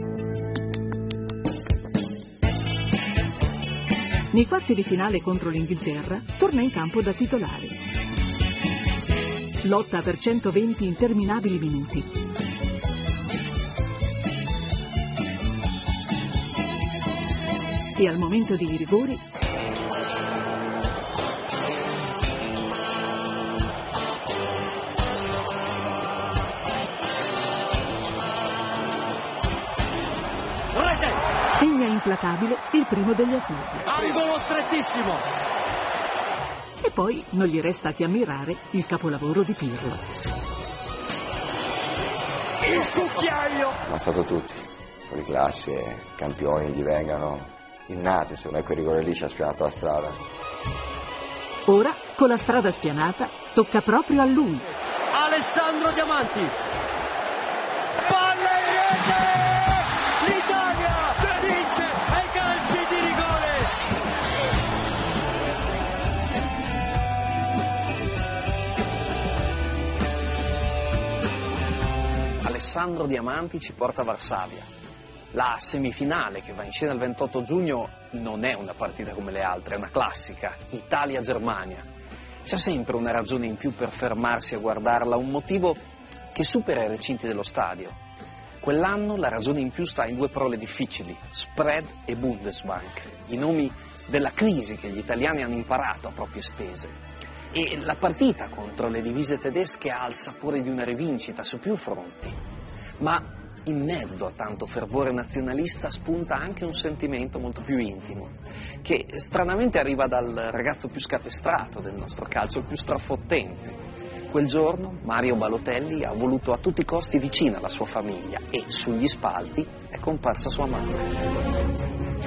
Nei quarti di finale contro l'Inghilterra torna in campo da titolare. Lotta per centoventi interminabili minuti. E al momento dei rigori segna implacabile il primo degli azzurri. Angolo strettissimo! E poi non gli resta che ammirare il capolavoro di Pirlo. Il cucchiaio! Ma stato tutti, fuori classe, campioni gli vengano innati, secondo me quel rigore lì ci ha spianato la strada. Ora, con la strada spianata, tocca proprio a lui. Alessandro Diamanti! Palla in rete! L'Italia vince ai calci di rigore! Alessandro Diamanti ci porta a Varsavia. La semifinale che va in scena il ventotto giugno non è una partita come le altre, è una classica, Italia-Germania. C'è sempre una ragione in più per fermarsi a guardarla, un motivo che supera i recinti dello stadio. Quell'anno la ragione in più sta in due parole difficili, spread e Bundesbank, i nomi della crisi che gli italiani hanno imparato a proprie spese. E la partita contro le divise tedesche ha il sapore di una rivincita su più fronti. Ma in mezzo a tanto fervore nazionalista spunta anche un sentimento molto più intimo, che stranamente arriva dal ragazzo più scapestrato del nostro calcio, il più strafottente. Quel giorno Mario Balotelli ha voluto a tutti i costi vicina alla sua famiglia e sugli spalti è comparsa sua madre.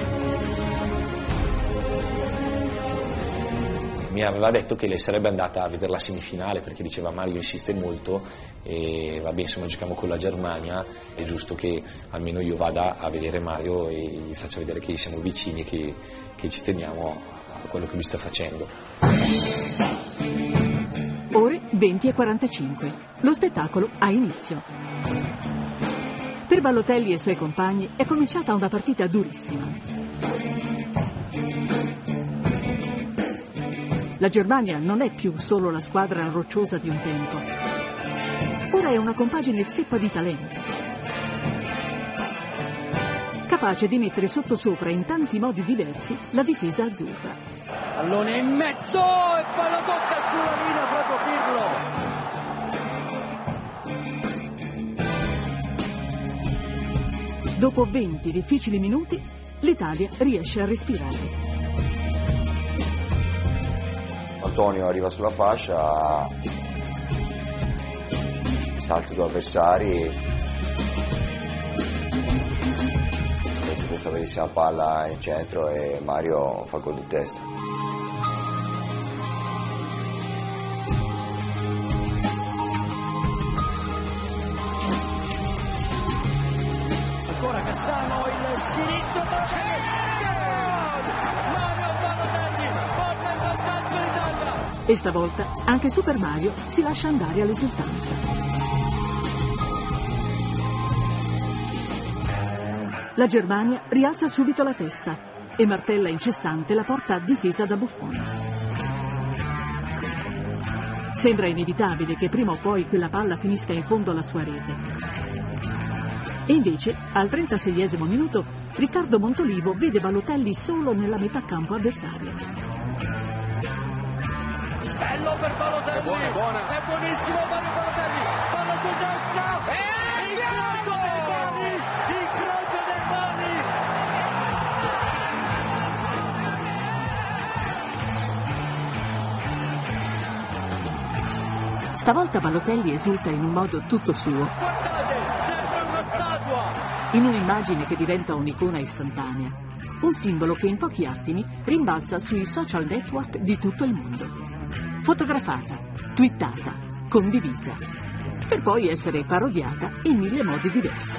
Mi aveva detto che lei sarebbe andata a vedere la semifinale perché diceva Mario insiste molto e va bene, se noi giochiamo con la Germania è giusto che almeno io vada a vedere Mario e gli faccia vedere che siamo vicini e che, che ci teniamo a quello che lui sta facendo. Ore venti e quarantacinque. Lo spettacolo ha inizio. Per Balotelli e i suoi compagni è cominciata una partita durissima. La Germania non è più solo la squadra rocciosa di un tempo. Ora è una compagine zeppa di talento, capace di mettere sottosopra in tanti modi diversi la difesa azzurra. Pallone in mezzo e palla tocca sulla linea proprio Pirlo. Dopo venti difficili minuti, l'Italia riesce a respirare. Antonio arriva sulla fascia, salto due avversari, mette questa bellissima palla in centro e Mario fa gol di testa. Ancora Cassano, il sinistro, Mario Balotelli porta il vantaggio d'Italia. E stavolta anche Super Mario si lascia andare all'esultanza. La Germania rialza subito la testa e martella incessante la porta difesa da Buffon. Sembra inevitabile che prima o poi quella palla finisca in fondo alla sua rete. E invece, al trentaseiesimo minuto, Riccardo Montolivo vede Balotelli solo nella metà campo avversaria. Bello per Balotelli, è buona, è buona. È buonissimo Mario Balotelli, palla su destra, e il crocio dei mani, il crocio dei mani. Stavolta Balotelli esulta in un modo tutto suo. Guardate, serve una statua. In un'immagine che diventa un'icona istantanea. Un simbolo che in pochi attimi rimbalza sui social network di tutto il mondo. Fotografata, twittata, condivisa, per poi essere parodiata in mille modi diversi.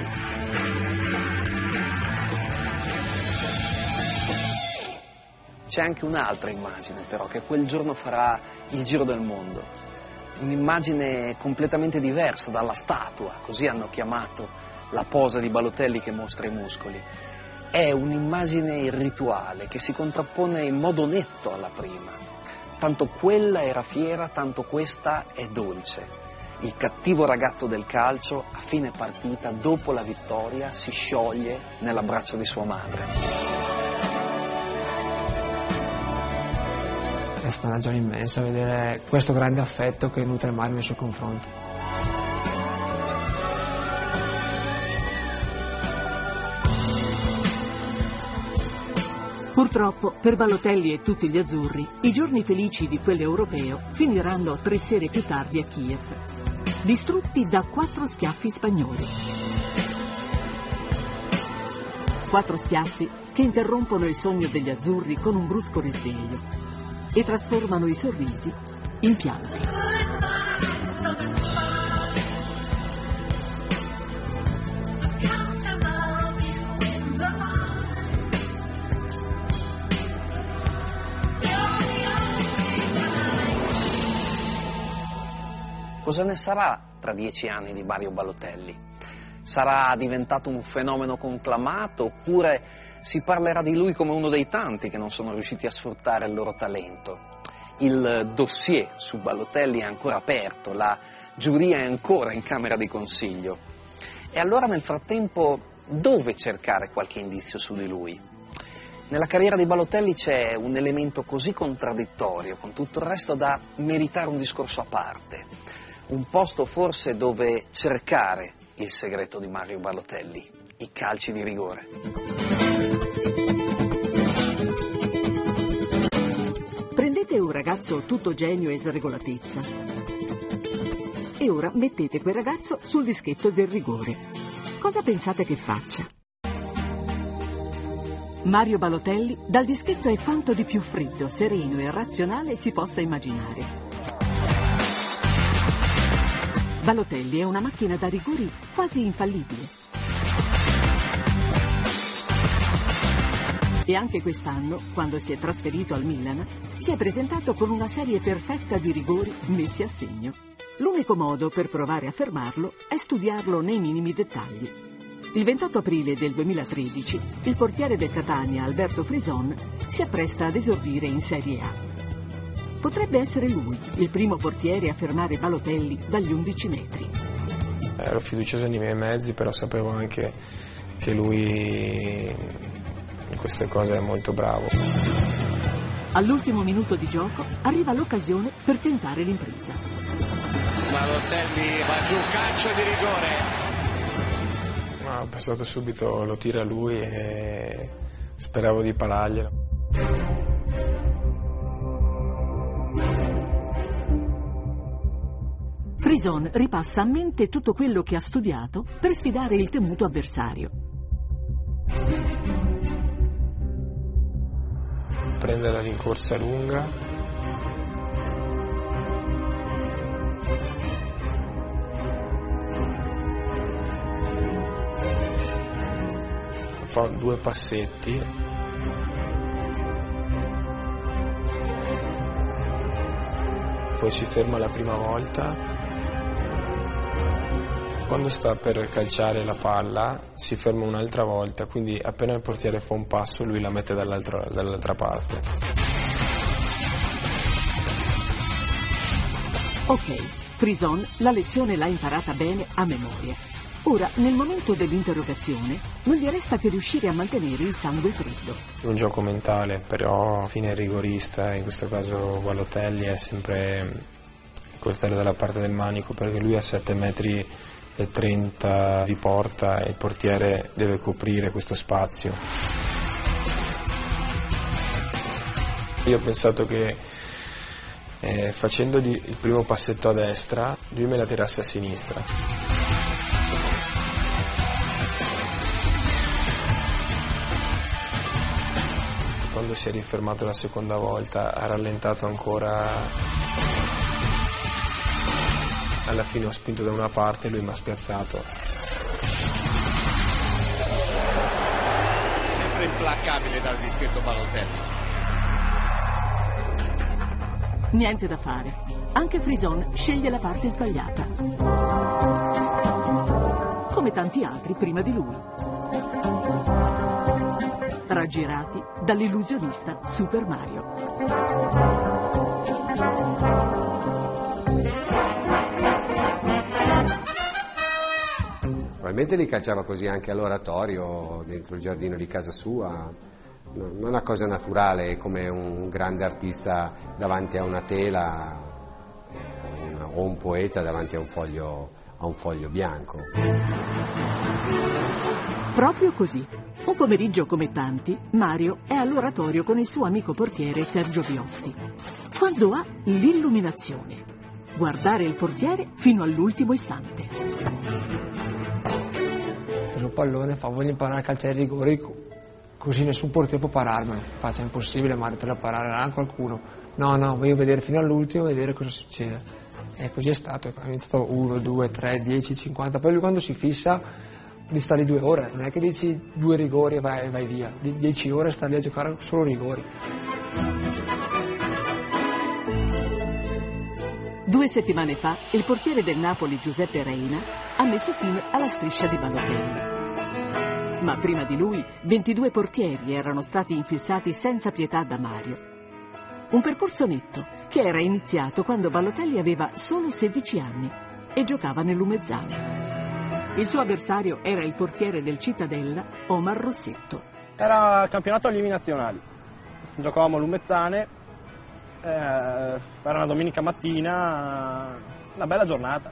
C'è anche un'altra immagine però che quel giorno farà il giro del mondo. Un'immagine completamente diversa dalla statua, così hanno chiamato la posa di Balotelli che mostra i muscoli. È un'immagine rituale che si contrappone in modo netto alla prima. Tanto quella era fiera, tanto questa è dolce. Il cattivo ragazzo del calcio, a fine partita, dopo la vittoria, si scioglie nell'abbraccio di sua madre. È stata una gioia immensa vedere questo grande affetto che nutre Mario nei suoi confronti. Purtroppo, per Balotelli e tutti gli azzurri, i giorni felici di quell'europeo finiranno tre sere più tardi a Kiev, distrutti da quattro schiaffi spagnoli. Quattro schiaffi che interrompono il sogno degli azzurri con un brusco risveglio e trasformano i sorrisi in pianti. Cosa ne sarà tra dieci anni di Mario Balotelli? Sarà diventato un fenomeno conclamato oppure si parlerà di lui come uno dei tanti che non sono riusciti a sfruttare il loro talento? Il dossier su Balotelli è ancora aperto, la giuria è ancora in camera di consiglio. E allora nel frattempo dove cercare qualche indizio su di lui? Nella carriera di Balotelli c'è un elemento così contraddittorio con tutto il resto da meritare un discorso a parte. Un posto forse dove cercare il segreto di Mario Balotelli, i calci di rigore. Prendete un ragazzo tutto genio e sregolatezza e ora mettete quel ragazzo sul dischetto del rigore. Cosa pensate che faccia? Mario Balotelli dal dischetto è quanto di più freddo, sereno e razionale si possa immaginare. Balotelli è una macchina da rigori quasi infallibile. E anche quest'anno, quando si è trasferito al Milan, si è presentato con una serie perfetta di rigori messi a segno. L'unico modo per provare a fermarlo è studiarlo nei minimi dettagli. Il ventotto aprile del duemilatredici, il portiere del Catania, Alberto Frison, si appresta ad esordire in Serie A. Potrebbe essere lui il primo portiere a fermare Balotelli dagli undici metri. Ero fiducioso nei miei mezzi, però sapevo anche che lui in queste cose è molto bravo. All'ultimo minuto di gioco arriva l'occasione per tentare l'impresa. Balotelli va giù, calcio di rigore. Ma ho pensato subito, lo tira lui e speravo di pararglielo. Frison ripassa a mente tutto quello che ha studiato per sfidare il temuto avversario. Prende la rincorsa lunga, fa due passetti, poi si ferma la prima volta. Quando sta per calciare la palla si ferma un'altra volta, quindi appena il portiere fa un passo lui la mette dall'altra, dall'altra parte. Ok, Frison la lezione l'ha imparata bene a memoria. Ora, nel momento dell'interrogazione, non gli resta che riuscire a mantenere il sangue freddo. È un gioco mentale, però alla fine il rigorista, in questo caso Balotelli, è sempre può stare dalla parte del manico, perché lui a sette metri e trenta di porta e il portiere deve coprire questo spazio. Io ho pensato che eh, facendo di, il primo passetto a destra lui me la tirasse a sinistra. Quando si è rifermato la seconda volta ha rallentato ancora. Alla fine ho spinto da una parte e lui mi ha spiazzato. Sempre implacabile dal discreto Balotelli. Niente da fare. Anche Frison sceglie la parte sbagliata. Come tanti altri prima di lui. Raggirati dall'illusionista Super Mario. Probabilmente li calciava così anche all'oratorio, dentro il giardino di casa sua. Non è una cosa naturale come un grande artista davanti a una tela eh, una, o un poeta davanti a un foglio, a un foglio bianco. Proprio così. Un pomeriggio come tanti, Mario è all'oratorio con il suo amico portiere Sergio Viotti. Quando ha l'illuminazione. Guardare il portiere fino all'ultimo istante. Il pallone fa voglio imparare a calciare i rigori, così nessun portiere può pararmelo. Faccia, è impossibile, Mario, te la parare qualcuno. No, no, voglio vedere fino all'ultimo e vedere cosa succede. E così è stato, ha iniziato uno, due, tre, dieci, cinquanta, poi lui quando si fissa di stare lì due ore, non è che dici due rigori e vai, vai via, di dieci ore sta lì a giocare solo rigori. Due settimane fa il portiere del Napoli Giuseppe Reina ha messo fine alla striscia di Balotelli. Ma prima di lui ventidue portieri erano stati infilzati senza pietà da Mario. Un percorso netto che era iniziato quando Balotelli aveva solo sedici anni e giocava nell'Umezzane. Il suo avversario era il portiere del Cittadella, Omar Rossetto. Era campionato agli nazionali. Giocavamo all'Umezzane, eh, era una domenica mattina, una bella giornata.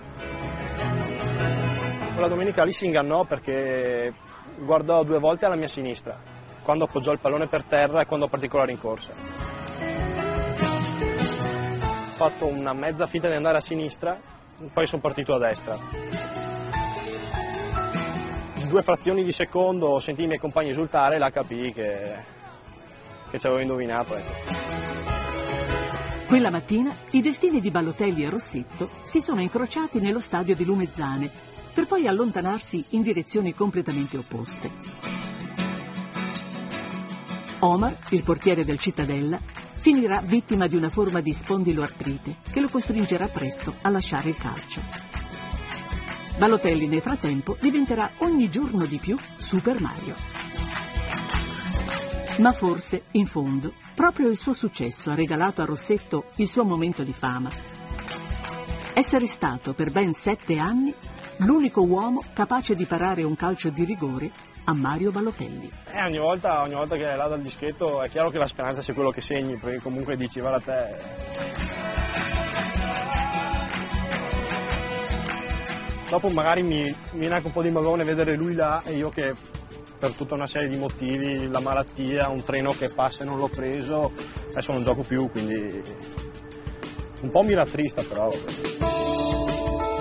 Quella domenica lì si ingannò perché guardò due volte alla mia sinistra, quando appoggiò il pallone per terra e quando partì con la rincorsa. Ho fatto una mezza finta di andare a sinistra, poi sono partito a destra. In due frazioni di secondo sentì i miei compagni esultare e là capii che, che ci avevo indovinato. Ecco. Quella mattina i destini di Balotelli e Rossetto si sono incrociati nello stadio di Lumezzane, per poi allontanarsi in direzioni completamente opposte. Omar, il portiere del Cittadella, finirà vittima di una forma di spondiloartrite che lo costringerà presto a lasciare il calcio. Balotelli nel frattempo diventerà ogni giorno di più Super Mario. Ma forse, in fondo, proprio il suo successo ha regalato a Rossetto il suo momento di fama. Essere stato per ben sette anni l'unico uomo capace di parare un calcio di rigore a Mario Balotelli. Eh, ogni volta, ogni volta che è là dal dischetto è chiaro che la speranza sia quello che segni, perché comunque dici va da te. Dopo magari mi viene anche un po' di magone vedere lui là e io che per tutta una serie di motivi, la malattia, un treno che passa e non l'ho preso, adesso non gioco più, quindi un po' mi rattrista però.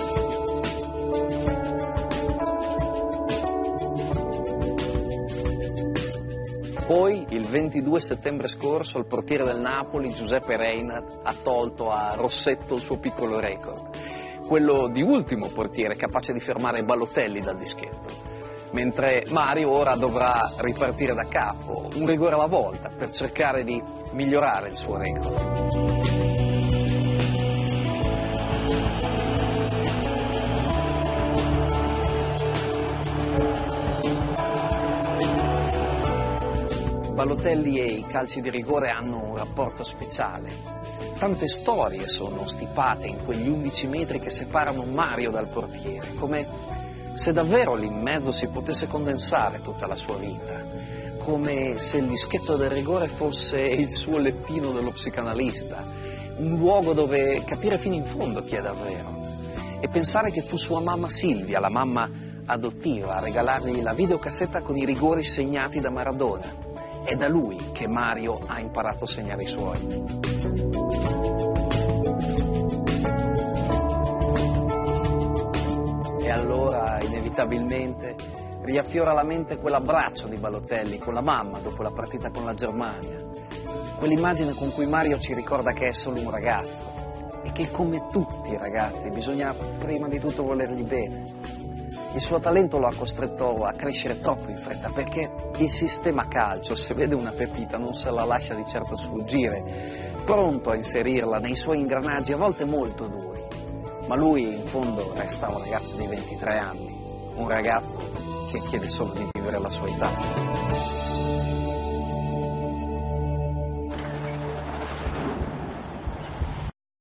Poi, il ventidue settembre scorso, il portiere del Napoli, Giuseppe Reina, ha tolto a Rossetto il suo piccolo record, quello di ultimo portiere capace di fermare Balotelli dal dischetto. Mentre Mario ora dovrà ripartire da capo, un rigore alla volta, per cercare di migliorare il suo record. Balotelli e i calci di rigore hanno un rapporto speciale. Tante storie sono stipate in quegli undici metri che separano Mario dal portiere, come se davvero lì in mezzo si potesse condensare tutta la sua vita, come se il dischetto del rigore fosse il suo lettino dello psicanalista, un luogo dove capire fino in fondo chi è davvero. E pensare che fu sua mamma Silvia, la mamma adottiva, a regalargli la videocassetta con i rigori segnati da Maradona. È da lui che Mario ha imparato a segnare i suoi. E allora, inevitabilmente, riaffiora alla mente quell'abbraccio di Balotelli con la mamma dopo la partita con la Germania. Quell'immagine con cui Mario ci ricorda che è solo un ragazzo e che, come tutti i ragazzi, bisogna prima di tutto volergli bene. Il suo talento lo ha costretto a crescere troppo in fretta, perché il sistema calcio, se vede una pepita, non se la lascia di certo sfuggire, pronto a inserirla nei suoi ingranaggi, a volte molto duri. Ma lui, in fondo, resta un ragazzo di ventitré anni, un ragazzo che chiede solo di vivere la sua età.